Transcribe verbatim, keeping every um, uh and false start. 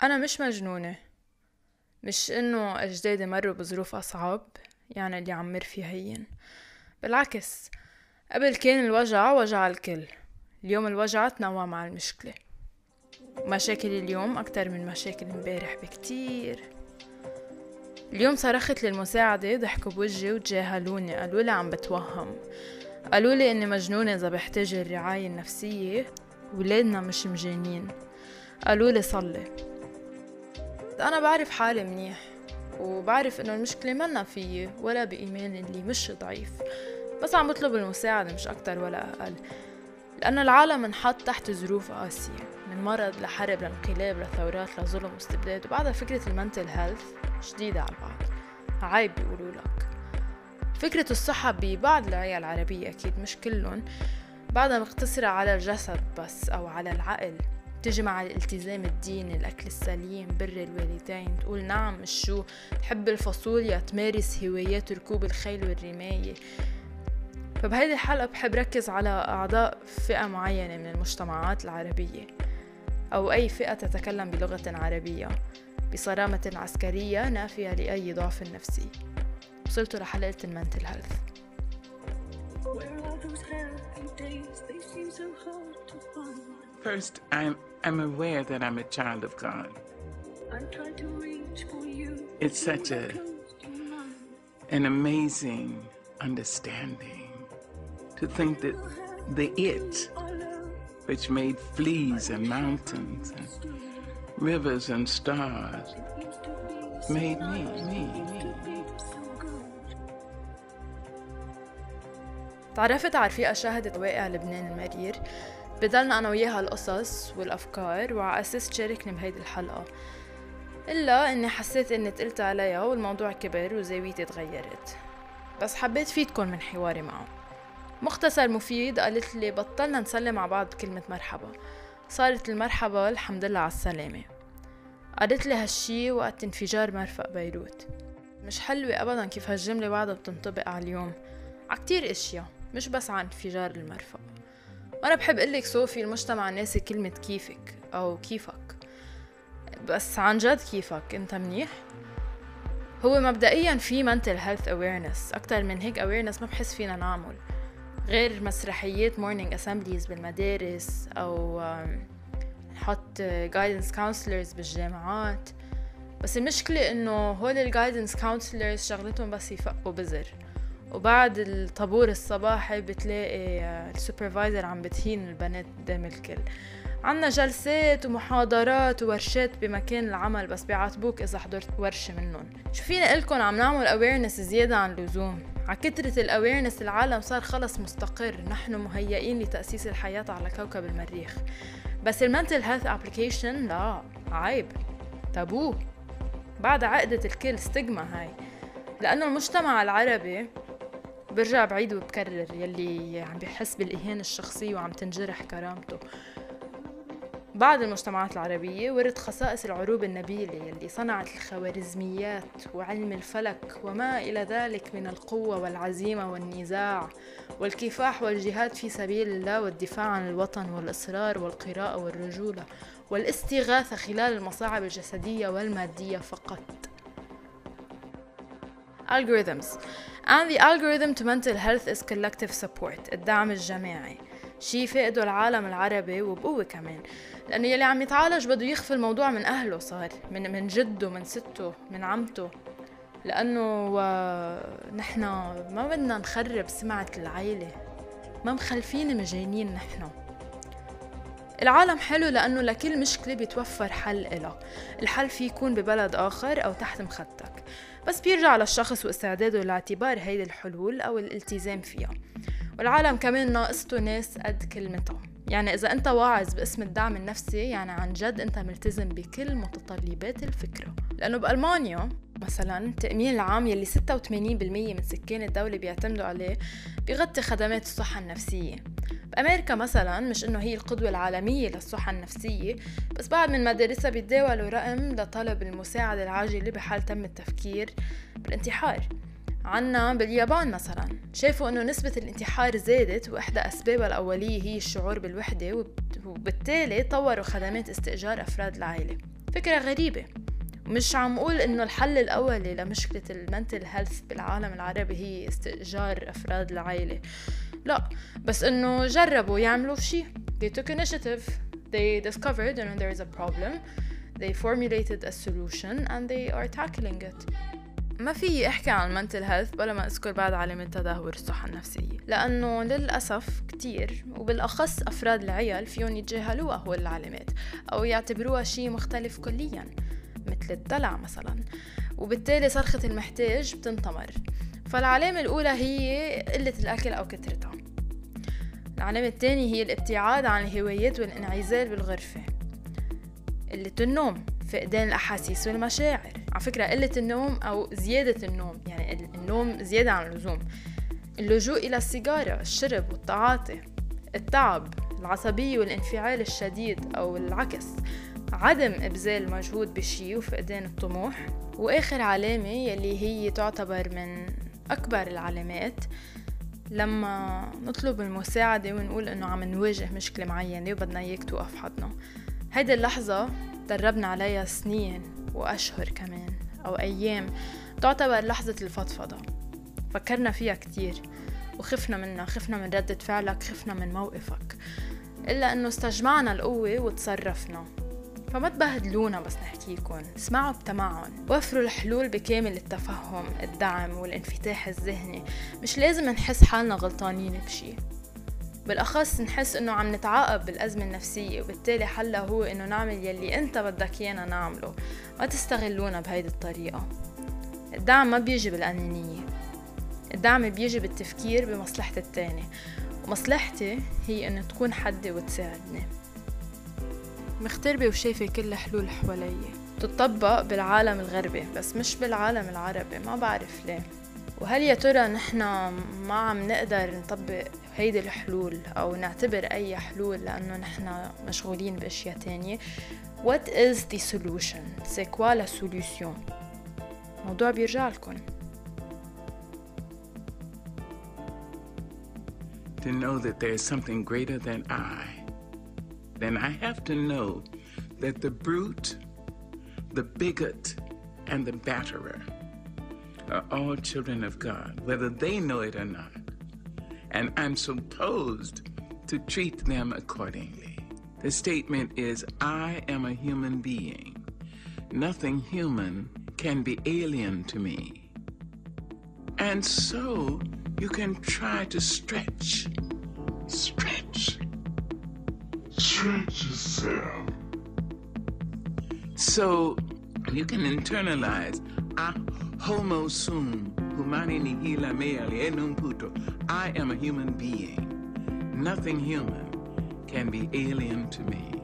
أنا مش مجنونة، مش إنه أجدادي مروا بظروف أصعب يعني اللي عمر فيه هين. بالعكس، قبل كان الوجع وجع الكل، اليوم الوجع تنوع مع المشكلة. مشاكل اليوم أكتر من مشاكل امبارح بكتير. اليوم صرخت للمساعدة، ضحكوا بوجهي وتجاهلوني، قالولي عم بتوهم، قالولي إني مجنونة إذا بحتاج الرعاية النفسية، ولادنا مش مجانين، قالولي صلي. أنا بعرف حالي منيح، وبعرف إنه المشكلة منا فيي ولا بإيماني اللي مش ضعيف، بس عم بطلب المساعدة مش أكتر ولا أقل، لأن العالم انحط تحت ظروف قاسية، من مرض لحرب لانقلاب لثورات لظلم واستبداد، وبعدها فكرة المنتل هيلث شديدة على البعض، عيب بيقولوا لك. فكرة الصحة ببعض العيال العربية أكيد مش كلهم بعدها مقتصرة على الجسد بس أو على العقل، تجي مع الالتزام الديني، الأكل السليم، بر الوالدين، تقول نعم مش شو، تحب الفاصوليا، تمارس هوايات ركوب الخيل والرماية. فبهيدي الحلقة بحب ركز على أعضاء فئة معينة من المجتمعات العربية أو أي فئة تتكلم بلغة عربية بصرامة عسكرية نافية لأي ضعف نفسي. وصلت لحلقة المنتل هيلث. First, I'm, I'm aware that I'm a child of God. It's such a, an amazing understanding to think that the it, which made fleas and mountains and rivers and stars, made me, me, me. تعرفت على رفيقة شاهدت واقع لبنان المرير، بدلنا أنا وياها القصص والأفكار، وعلى أساس تشاركني بهيدي الحلقة، إلا إني حسيت إني تقلت عليها والموضوع كبر وزاويتي تغيرت، بس حبيت فيدكن من حواري معه. مختصر مفيد، قالت لي بطلنا نسلم مع بعض بكلمة مرحبا، صارت المرحبا الحمد لله على السلامة. قالت لي هالشي وقت انفجار مرفق بيروت. مش حلوة أبدا كيف هالجملة بعدها بتنطبق على اليوم على كتير اشياء، مش بس عن انفجار المرفق. وانا بحب قلك صوفي المجتمع الناسي كلمة كيفك او كيفك، بس عن جد كيفك انت منيح؟ هو مبدئيا في mental health awareness، اكتر من هيك awareness ما بحس فينا نعمل، غير مسرحيات morning assemblies بالمدارس او نحط guidance counselors بالجامعات. بس المشكلة انه هول ال guidance counselors شغلتهم بس يفقوا بزر، وبعد الطابور الصباحي بتلاقي السوبرفايزر عم بتهين البنات قدام الكل. عنا جلسات ومحاضرات وورشات بمكان العمل، بس بيعاتبوك إذا حضرت ورشة منهم. شو فينا قلكن عم نعمل awareness زيادة عن اللزوم؟ عكترة الاويرنس العالم صار خلص مستقر، نحن مهيئين لتأسيس الحياة على كوكب المريخ، بس المنتل هيلث ابليكيشن لا، عيب، تابوه، بعد عقدة الكل، ستيغما هاي، لأنه المجتمع العربي برجع بعيد وبكرر يلي عم بيحس بالإهانة الشخصية وعم تنجرح كرامته. بعض المجتمعات العربية ورد خصائص العروب النبيلة يلي صنعت الخوارزميات وعلم الفلك وما إلى ذلك من القوة والعزيمة والنزاع والكفاح والجهاد في سبيل الله والدفاع عن الوطن والإصرار والقراءة والرجولة والاستغاثة خلال المصاعب الجسدية والمادية فقط. Algorithms and the algorithm to mental health is collective support، الدعم الجماعي، شي فقده العالم العربي وبقوة كمان، لأنه يلي عم يتعالج بده يخفي الموضوع من أهله، صار من من جده، من سته، من عمته، لأنه نحن ما بدنا نخرب سمعة العيلة، ما مخلفين مجانين نحن. العالم حلو لأنه لكل مشكلة بيتوفر حل إلها، الحل فيه يكون ببلد آخر أو تحت مخدتك، بس بيرجع للشخص واستعداده لاعتبار هيدي الحلول أو الالتزام فيها. والعالم كمان ناقصته ناس قد كلمته، يعني إذا أنت واعظ باسم الدعم النفسي يعني عن جد أنت ملتزم بكل متطلبات الفكرة. لأنه بألمانيا مثلا التأمين العام يلي ستة وثمانين بالمية من سكان الدولة بيعتمدوا عليه بيغطي خدمات الصحة النفسية. بأمريكا مثلا مش إنه هي القدوة العالمية للصحة النفسية، بس بعد من مدارسها بيتداولوا رقم لطلب المساعدة العاجلة بحال تم التفكير بالانتحار. عنا باليابان مثلا شايفوا إنه نسبة الانتحار زادت، وإحدى أسبابها الأولية هي الشعور بالوحدة، وبالتالي طوروا خدمات استئجار أفراد العائلة. فكرة غريبة. مش عم أقول إنه الحل الأولي لمشكلة المنتل هيلث بالعالم العربي هي استئجار أفراد العائلة، لا، بس إنه جربوا يعملوا شيء. they took initiative, they discovered إنه there is a problem, they formulated a solution and they are tackling it. ما في احكي عن mental health بلا ما اذكر بعد علامة تدهور الصحة النفسية، لأنه للأسف كتير وبالأخص أفراد العيال فيهم يتجاهلوها هو العلامات أو يعتبروها شيء مختلف كلياً مثل الدلع مثلاً، وبالتالي صرخة المحتاج بتنطمر. فالعلامة الأولى هي قلة الأكل أو كترتها. العلامة الثانية هي الابتعاد عن الهوايات والانعزال بالغرفة. قلة النوم، فقدان الأحاسيس والمشاعر. على فكرة قلة النوم أو زيادة النوم، يعني النوم زيادة عن اللزوم. اللجوء إلى السيجارة، الشرب والتعاطي. التعب، العصبية والانفعال الشديد أو العكس. عدم إبذال مجهود بشي وفقدان الطموح. وآخر علامة يلي هي تعتبر من أكبر العلامات لما نطلب المساعدة ونقول إنه عم نواجه مشكلة معينة وبدنا إياك توقف حدنا. هيدي اللحظة دربنا عليها سنين وأشهر كمان أو أيام، تعتبر لحظة الفضفضة. فكرنا فيها كتير وخفنا منها، خفنا من ردة فعلك، خفنا من موقفك، إلا أنه استجمعنا القوة وتصرفنا. فما تبهدلونا بس نحكيكن، اسمعوا بتمعن، وفروا الحلول بكامل التفهم، الدعم والانفتاح الذهني. مش لازم نحس حالنا غلطانين بشي، بالأخص نحس إنه عم نتعاقب بالأزمة النفسية، وبالتالي حلها هو إنه نعمل يلي أنت بدك إيانا نعمله. ما تستغلونا بهيدي الطريقة. الدعم ما بيجي بالأنانية، الدعم بيجي بالتفكير بمصلحة التاني، ومصلحتي هي إنه تكون حدي وتساعدني. مغتربة وشايفة كل حلول حوالي تطبق بالعالم الغربي بس مش بالعالم العربي، ما بعرف ليه. وهل يا ترى نحن ما عم نقدر نطبق هيدي الحلول أو نعتبر أي حلول لأنه نحن مشغولين بأشياء تانية؟ What is the solution? C'est quoi la solution? موضوع بيرجع لكم. To know that there is something greater than I, then I have to know that the brute, the bigot, and the batterer are all children of God, whether they know it or not. And I'm supposed to treat them accordingly. The statement is, I am a human being. Nothing human can be alien to me. And so you can try to stretch, stretch, stretch yourself. So you can internalize, ah, homo sum, humani nihila mea lienum puto. I am a human being. Nothing human can be alien to me.